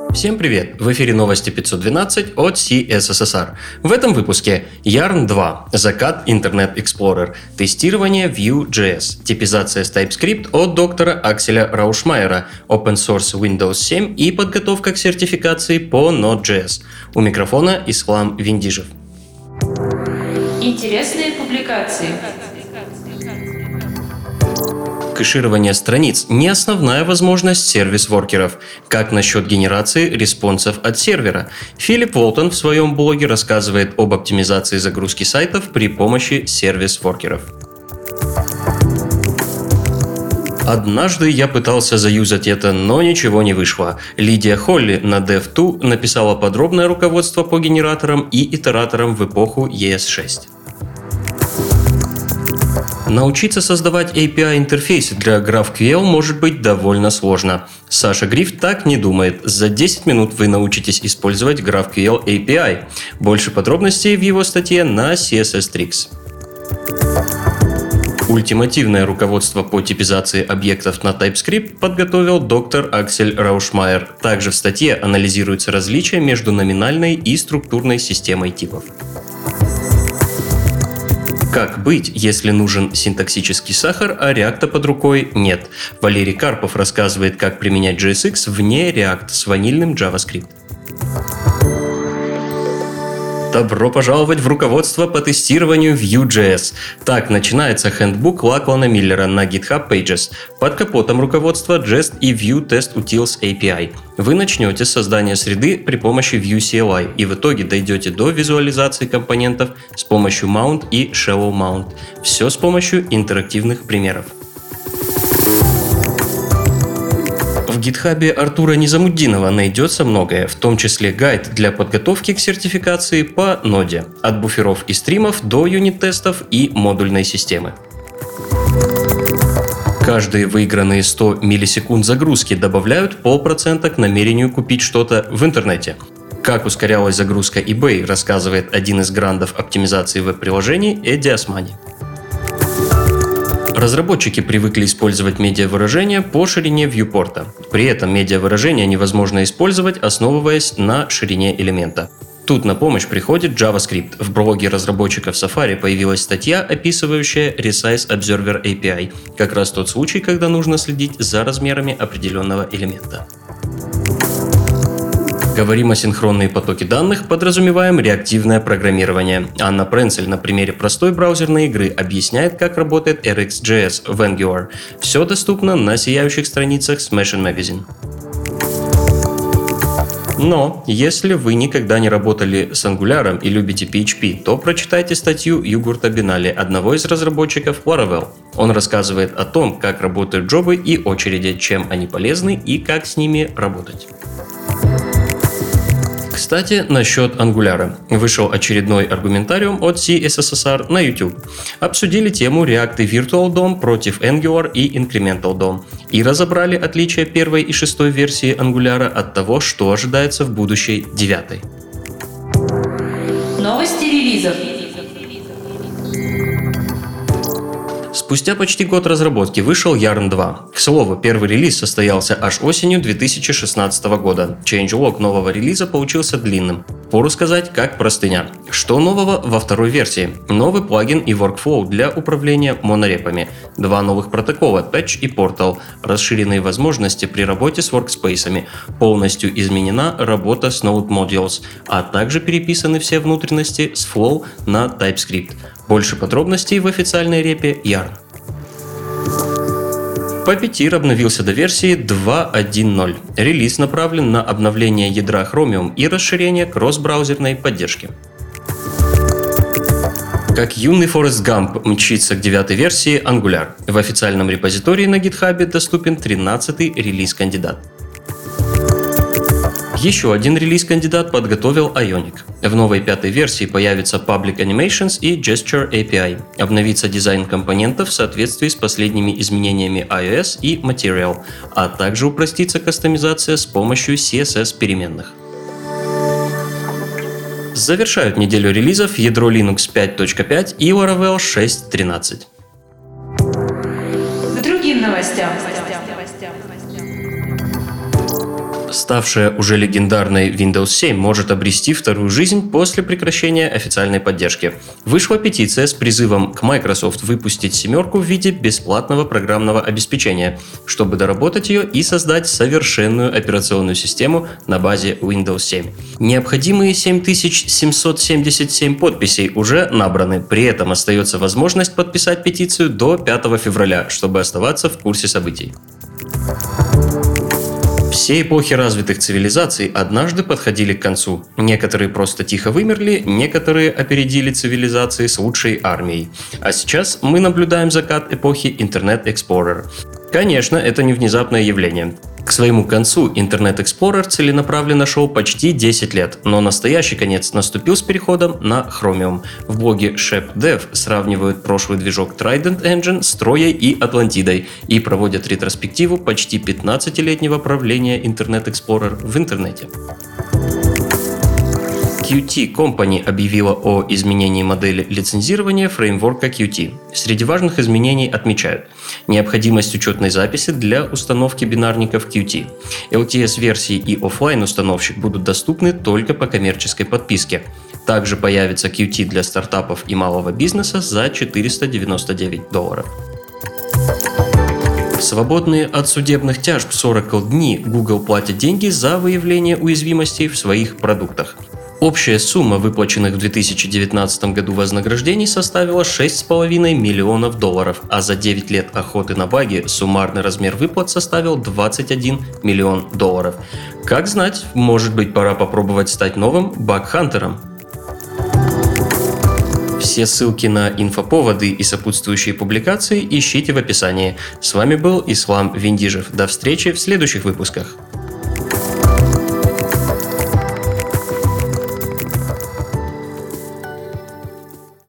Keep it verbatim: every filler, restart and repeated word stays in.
Всем привет! В эфире новости пятьсот двенадцать от си эс эс эс ар. В этом выпуске Yarn два, закат Internet Explorer, тестирование Vue.js, типизация с TypeScript от доктора Акселя Раушмайера, Open Source Windows семь и подготовка к сертификации по Node.js. У микрофона Ислам Виндижев. Интересные публикации. Кэширование страниц – не основная возможность сервис-воркеров. Как насчет генерации респонсов от сервера? Филипп Уолтон в своем блоге рассказывает об оптимизации загрузки сайтов при помощи сервис-воркеров. Однажды я пытался заюзать это, но ничего не вышло. Лидия Холли на Dev два написала подробное руководство по генераторам и итераторам в эпоху и эс шесть. Научиться создавать эй пи ай-интерфейсы для GraphQL может быть довольно сложно. Саша Гриф так не думает. За десять минут вы научитесь использовать GraphQL эй пи ай. Больше подробностей в его статье на си эс эс Tricks. Ультимативное руководство по типизации объектов на TypeScript подготовил доктор Аксель Раушмайер. Также в статье анализируются различия между номинальной и структурной системой типов. Как быть, если нужен синтаксический сахар, а React под рукой нет? Валерий Карпов рассказывает, как применять джей эс икс вне React с ванильным JavaScript. Добро пожаловать в руководство по тестированию Vue.js. Так начинается хендбук Лаклана Миллера на GitHub Pages. Под капотом руководства Jest и Vue Test Utils эй пи ай. Вы начнете с создания среды при помощи Vue си эл ай и в итоге дойдете до визуализации компонентов с помощью Mount и Shallow Mount. Все с помощью интерактивных примеров. В гитхабе Артура Низамуддинова найдется многое, в том числе гайд для подготовки к сертификации по ноде, от буферов и стримов до юнит-тестов и модульной системы. Каждые выигранные сто миллисекунд загрузки добавляют полпроцента к намерению купить что-то в интернете. Как ускорялась загрузка eBay, рассказывает один из грандов оптимизации веб-приложений Эдди Османи. Разработчики привыкли использовать медиавыражения по ширине вьюпорта. При этом медиавыражения невозможно использовать, основываясь на ширине элемента. Тут на помощь приходит JavaScript. В блоге разработчиков Safari появилась статья, описывающая Resize Observer эй пи ай. Как раз тот случай, когда нужно следить за размерами определенного элемента. Говорим о синхронные потоки данных, подразумеваем реактивное программирование. Анна Пренцель на примере простой браузерной игры объясняет, как работает эр икс джей эс в Angular. Все доступно на сияющих страницах Smashing Magazine. Но, если вы никогда не работали с Angular и любите пи эйч пи, то прочитайте статью Югурта Бинали, одного из разработчиков Laravel. Он рассказывает о том, как работают джобы и очереди, чем они полезны и как с ними работать. Кстати, насчет Angular. Вышел очередной аргументариум от си эс эс эс ар на YouTube. Обсудили тему React и Virtual дом против Angular и Incremental дом. И разобрали отличия первой и шестой версии Angular от того, что ожидается в будущей девятой. Новости релизов. Спустя почти год разработки вышел Yarn два. К слову, первый релиз состоялся аж осенью две тысячи шестнадцатого года. Changelog нового релиза получился длинным. Пору сказать, как простыня. Что нового во второй версии? Новый плагин и workflow для управления монорепами. Два новых протокола Patch и Portal. Расширенные возможности при работе с workspace'ами. Полностью изменена работа с Node Modules, а также переписаны все внутренности с Flow на TypeScript. Больше подробностей в официальной репе Yarn. Puppeteer обновился до версии два точка один точка ноль. Релиз направлен на обновление ядра Chromium и расширение кросс-браузерной поддержки. Как юный Форест Гамп мчится к девятой версии Angular. В официальном репозитории на GitHub доступен тринадцатый релиз-кандидат. Еще один релиз-кандидат подготовил Ionic. В новой пятой версии появится Public Animations и Gesture эй пи ай. Обновится дизайн компонентов в соответствии с последними изменениями iOS и Material, а также упростится кастомизация с помощью си эс эс-переменных. Завершают неделю релизов ядро Linux пять точка пять и Laravel шесть точка тринадцать. К другим новостям. Ставшая уже легендарной Windows семь может обрести вторую жизнь после прекращения официальной поддержки. Вышла петиция с призывом к Microsoft выпустить семерку в виде бесплатного программного обеспечения, чтобы доработать ее и создать совершенную операционную систему на базе Windows семь. Необходимые семь тысяч семьсот семьдесят семь подписей уже набраны, при этом остается возможность подписать петицию до пятого февраля, чтобы оставаться в курсе событий. Все эпохи развитых цивилизаций однажды подходили к концу. Некоторые просто тихо вымерли, некоторые опередили цивилизации с лучшей армией. А сейчас мы наблюдаем закат эпохи Internet Explorer. Конечно, это не внезапное явление. К своему концу Internet Explorer целенаправленно шел почти десять лет, но настоящий конец наступил с переходом на Chromium. В блоге ShepDev сравнивают прошлый движок Trident Engine с Троей и Атлантидой и проводят ретроспективу почти пятнадцатилетнего правления Internet Explorer в интернете. кью ти Company объявила о изменении модели лицензирования фреймворка кью ти. Среди важных изменений отмечают необходимость учетной записи для установки бинарников кью ти. эл ти эс-версии и офлайн установщик будут доступны только по коммерческой подписке. Также появится кью ти для стартапов и малого бизнеса за четыреста девяносто девять долларов. В свободные от судебных тяжб с Oracle дни Google платит деньги за выявление уязвимостей в своих продуктах. Общая сумма выплаченных в две тысячи девятнадцатом году вознаграждений составила шесть с половиной миллионов долларов, а за девять лет охоты на баги суммарный размер выплат составил двадцать один миллион долларов. Как знать, может быть, пора попробовать стать новым баг-хантером. Все ссылки на инфоповоды и сопутствующие публикации ищите в описании. С вами был Ислам Виндижев. До встречи в следующих выпусках.